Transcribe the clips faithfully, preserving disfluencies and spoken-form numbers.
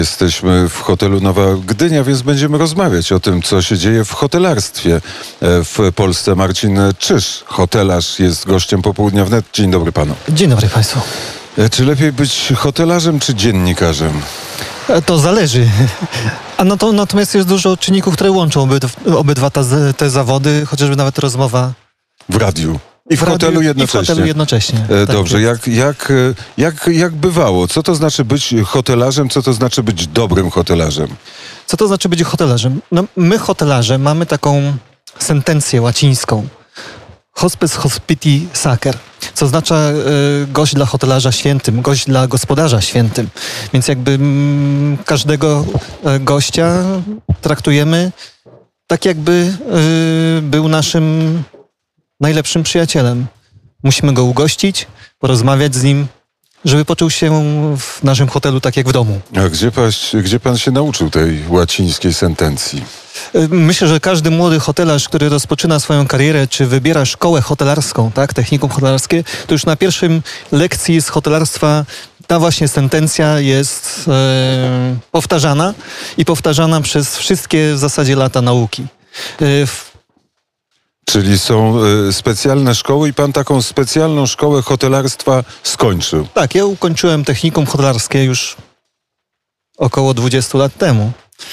Jesteśmy w hotelu Nowa Gdynia, więc będziemy rozmawiać o tym, co się dzieje w hotelarstwie w Polsce. Marcin Czyż, hotelarz, jest gościem Popołudnia Wnet. Dzień dobry panu. Dzień dobry państwu. Czy lepiej być hotelarzem czy dziennikarzem? To zależy. A no to, natomiast jest dużo czynników, które łączą obydwa, obydwa te, te zawody, chociażby nawet rozmowa w radiu. I w, w hotelu radiu, jednocześnie. I w hotelu jednocześnie. Dobrze, tak jak, jak, jak, jak bywało? Co to znaczy być hotelarzem? Co to znaczy być dobrym hotelarzem? Co to znaczy być hotelarzem? No, my hotelarze mamy taką sentencję łacińską. Hospes hospiti sacer, co oznacza y, gość dla hotelarza świętym, gość dla gospodarza świętym. Więc jakby mm, każdego y, gościa traktujemy tak, jakby y, był naszym najlepszym przyjacielem. Musimy go ugościć, porozmawiać z nim, żeby poczuł się w naszym hotelu tak jak w domu. A gdzie pan, gdzie pan się nauczył tej łacińskiej sentencji? Myślę, że każdy młody hotelarz, który rozpoczyna swoją karierę, czy wybiera szkołę hotelarską, tak, technikum hotelarskie, to już na pierwszym lekcji z hotelarstwa ta właśnie sentencja jest e, powtarzana i powtarzana przez wszystkie w zasadzie lata nauki. E, w Czyli są y, specjalne szkoły i pan taką specjalną szkołę hotelarstwa skończył? Tak, ja ukończyłem technikum hotelarskie już około dwudziestu lat temu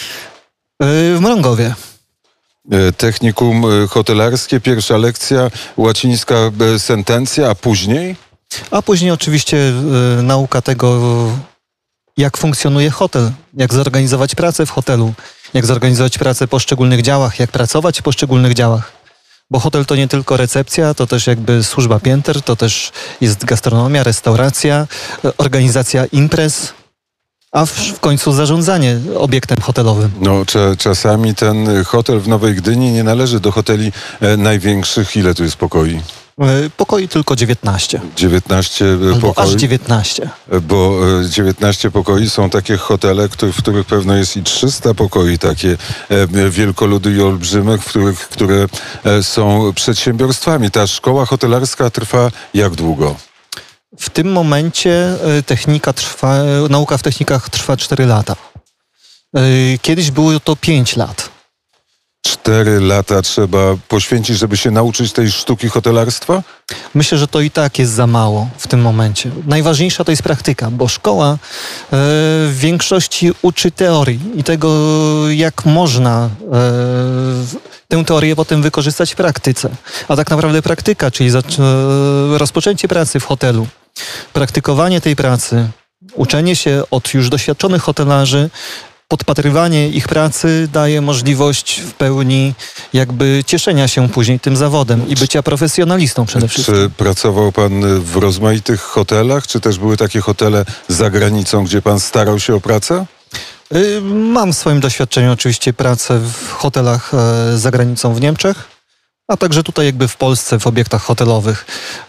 y, w Mrągowie. Y, technikum hotelarskie, pierwsza lekcja, łacińska y, sentencja, a później? A później oczywiście y, nauka tego, jak funkcjonuje hotel, jak zorganizować pracę w hotelu, jak zorganizować pracę w poszczególnych działach, jak pracować w poszczególnych działach. Bo hotel to nie tylko recepcja, to też jakby służba pięter, to też jest gastronomia, restauracja, organizacja imprez, a w, w końcu zarządzanie obiektem hotelowym. No, cza, czasami ten hotel w Nowej Gdyni nie należy do hoteli e, największych. Ile tu jest pokoi? Pokoi tylko dziewiętnaście. dziewiętnaście Albo pokoi? aż dziewiętnaście. Bo dziewiętnaście pokoi są takie hotele, w których pewno jest i trzysta pokoi, takie wielkoludy i olbrzymek, w których, które są przedsiębiorstwami. Ta szkoła hotelarska trwa jak długo? W tym momencie technika trwa, nauka w technikach trwa cztery lata. Kiedyś było to pięć lat. Cztery lata trzeba poświęcić, żeby się nauczyć tej sztuki hotelarstwa? Myślę, że to i tak jest za mało w tym momencie. Najważniejsza to jest praktyka, bo szkoła e, w większości uczy teorii i tego, jak można e, tę teorię potem wykorzystać w praktyce. A tak naprawdę praktyka, czyli e, rozpoczęcie pracy w hotelu, praktykowanie tej pracy, uczenie się od już doświadczonych hotelarzy, podpatrywanie ich pracy daje możliwość w pełni jakby cieszenia się później tym zawodem i bycia profesjonalistą przede wszystkim. Czy pracował pan w rozmaitych hotelach, czy też były takie hotele za granicą, gdzie pan starał się o pracę? Mam w swoim doświadczeniu oczywiście pracę w hotelach za granicą w Niemczech, a także tutaj jakby w Polsce w obiektach hotelowych.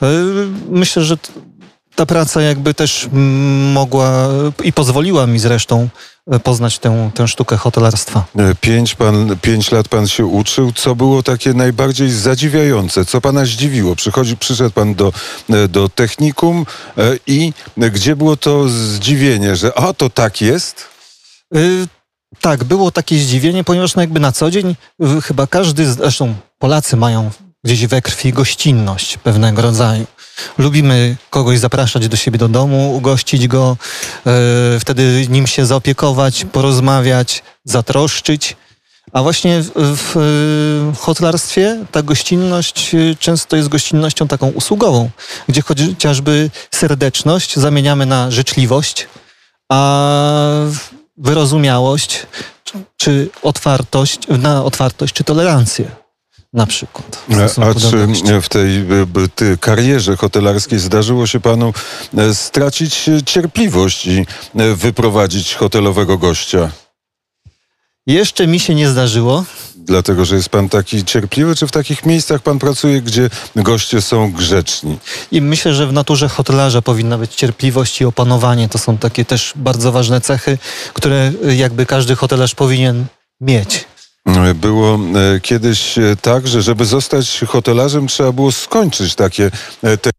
Myślę, że ta praca jakby też mogła i pozwoliła mi zresztą poznać tę, tę sztukę hotelarstwa. Pięć, pan, pięć lat pan się uczył. Co było takie najbardziej zadziwiające? Co pana zdziwiło? Przychodzi, przyszedł pan do, do technikum i gdzie było to zdziwienie, że a, to tak jest? Y tak, było takie zdziwienie, ponieważ no jakby na co dzień y, chyba każdy, zresztą Polacy mają gdzieś we krwi gościnność pewnego rodzaju. Lubimy kogoś zapraszać do siebie do domu, ugościć go, e, wtedy nim się zaopiekować, porozmawiać, zatroszczyć. A właśnie w, w, w hotelarstwie ta gościnność często jest gościnnością taką usługową, gdzie chociażby serdeczność zamieniamy na życzliwość, a wyrozumiałość czy otwartość, na otwartość czy tolerancję. Na przykład. A czy w tej tej karierze hotelarskiej zdarzyło się panu stracić cierpliwość i wyprowadzić hotelowego gościa? Jeszcze mi się nie zdarzyło. Dlatego, że jest pan taki cierpliwy, czy w takich miejscach pan pracuje, gdzie goście są grzeczni? I myślę, że w naturze hotelarza powinna być cierpliwość i opanowanie. To są takie też bardzo ważne cechy, które jakby każdy hotelarz powinien mieć. Było kiedyś tak, że żeby zostać hotelarzem, trzeba było skończyć takie te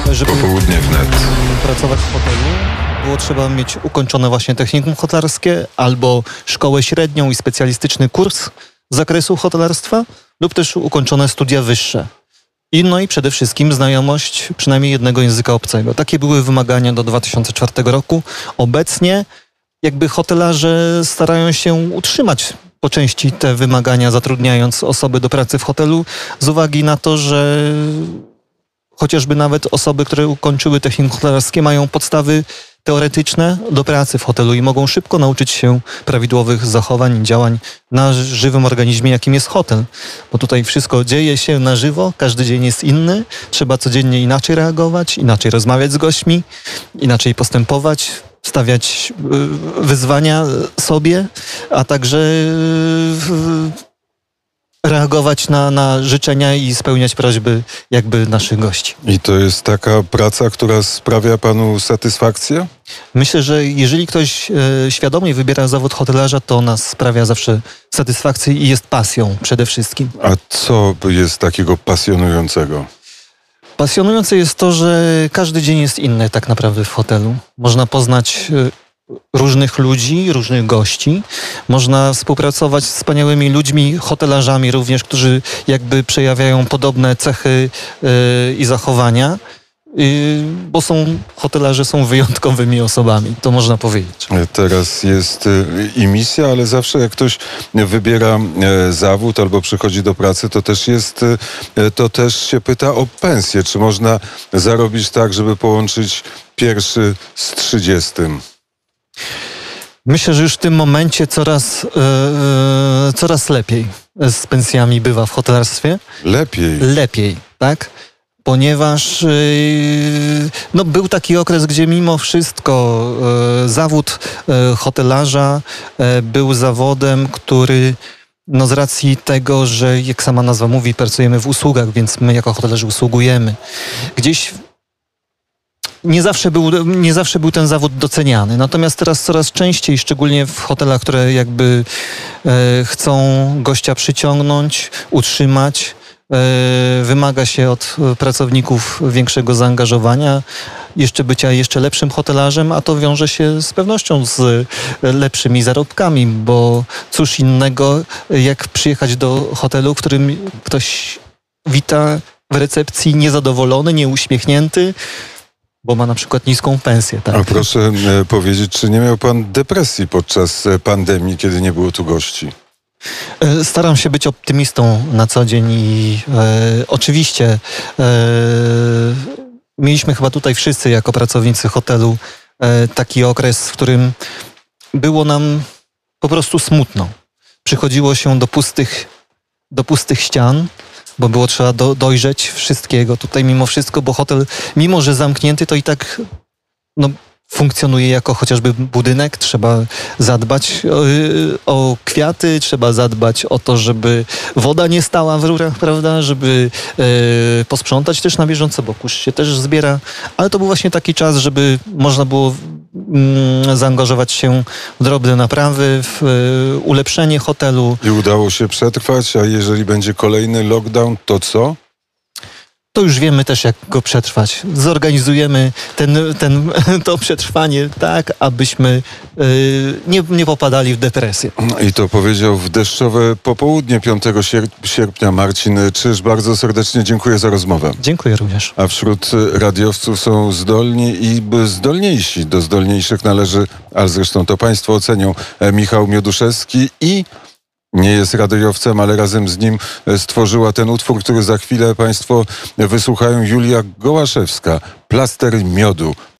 Żeby Popołudnie wnet. pracować w hotelu, było trzeba mieć ukończone właśnie technikum hotelarskie albo szkołę średnią i specjalistyczny kurs z zakresu hotelarstwa lub też ukończone studia wyższe. I no i przede wszystkim znajomość przynajmniej jednego języka obcego. Takie były wymagania do dwa tysiące czwartego roku. Obecnie jakby hotelarze starają się utrzymać po części te wymagania, zatrudniając osoby do pracy w hotelu z uwagi na to, że chociażby nawet osoby, które ukończyły technikum hotelarskie, mają podstawy teoretyczne do pracy w hotelu i mogą szybko nauczyć się prawidłowych zachowań i działań na żywym organizmie, jakim jest hotel. Bo tutaj wszystko dzieje się na żywo, każdy dzień jest inny, trzeba codziennie inaczej reagować, inaczej rozmawiać z gośćmi, inaczej postępować, stawiać wyzwania sobie, a także reagować na, na życzenia i spełniać prośby jakby naszych gości. I to jest taka praca, która sprawia panu satysfakcję? Myślę, że jeżeli ktoś e, świadomie wybiera zawód hotelarza, to nas sprawia zawsze satysfakcję i jest pasją przede wszystkim. A co jest takiego pasjonującego? Pasjonujące jest to, że każdy dzień jest inny tak naprawdę w hotelu. Można poznać e, różnych ludzi, różnych gości. Można współpracować z wspaniałymi ludźmi, hotelarzami również, którzy jakby przejawiają podobne cechy yy, i zachowania, yy, bo są, hotelarze są wyjątkowymi osobami, to można powiedzieć. Teraz jest y, i misja, ale zawsze jak ktoś wybiera e, zawód albo przychodzi do pracy, to też jest, e, to też się pyta o pensję. Czy można zarobić tak, żeby połączyć pierwszy z trzydziestym? Myślę, że już w tym momencie coraz, yy, coraz lepiej z pensjami bywa w hotelarstwie. Lepiej. Lepiej, tak? Ponieważ yy, no, był taki okres, gdzie mimo wszystko yy, zawód yy, hotelarza yy, był zawodem, który no, z racji tego, że jak sama nazwa mówi, pracujemy w usługach, więc my jako hotelerzy usługujemy. Gdzieś Nie zawsze, był, nie zawsze był ten zawód doceniany. Natomiast teraz coraz częściej, szczególnie w hotelach, które jakby e, chcą gościa przyciągnąć, utrzymać, e, wymaga się od pracowników większego zaangażowania, jeszcze bycia jeszcze lepszym hotelarzem, a to wiąże się z pewnością z lepszymi zarobkami, bo cóż innego jak przyjechać do hotelu, w którym ktoś wita w recepcji niezadowolony, nieuśmiechnięty, bo ma na przykład niską pensję. Tak? A proszę e, powiedzieć, czy nie miał pan depresji podczas e, pandemii, kiedy nie było tu gości? E, Staram się być optymistą na co dzień i e, oczywiście e, mieliśmy chyba tutaj wszyscy jako pracownicy hotelu e, taki okres, w którym było nam po prostu smutno. Przychodziło się do pustych, do pustych ścian, bo było trzeba do, dojrzeć wszystkiego tutaj mimo wszystko, bo hotel, mimo że zamknięty, to i tak no, funkcjonuje jako chociażby budynek. Trzeba zadbać o, o kwiaty, trzeba zadbać o to, żeby woda nie stała w rurach, prawda, żeby e, posprzątać też na bieżąco, bo kurz się też zbiera. Ale to był właśnie taki czas, żeby można było mm, zaangażować się w drobne naprawy, w e, ulepszenie hotelu. I udało się przetrwać, a jeżeli będzie kolejny lockdown, to co? To już wiemy też, jak go przetrwać. Zorganizujemy ten, ten, to przetrwanie tak, abyśmy yy, nie, nie popadali w depresję. I to powiedział w deszczowe popołudnie piątego sierpnia Marcin Czyż. Bardzo serdecznie dziękuję za rozmowę. Dziękuję również. A wśród radiowców są zdolni i zdolniejsi. Do zdolniejszych należy, ale zresztą to państwo ocenią, Michał Mioduszewski i nie jest radiowcem, ale razem z nim stworzyła ten utwór, który za chwilę państwo wysłuchają, Julia Gołaszewska, Plaster miodu.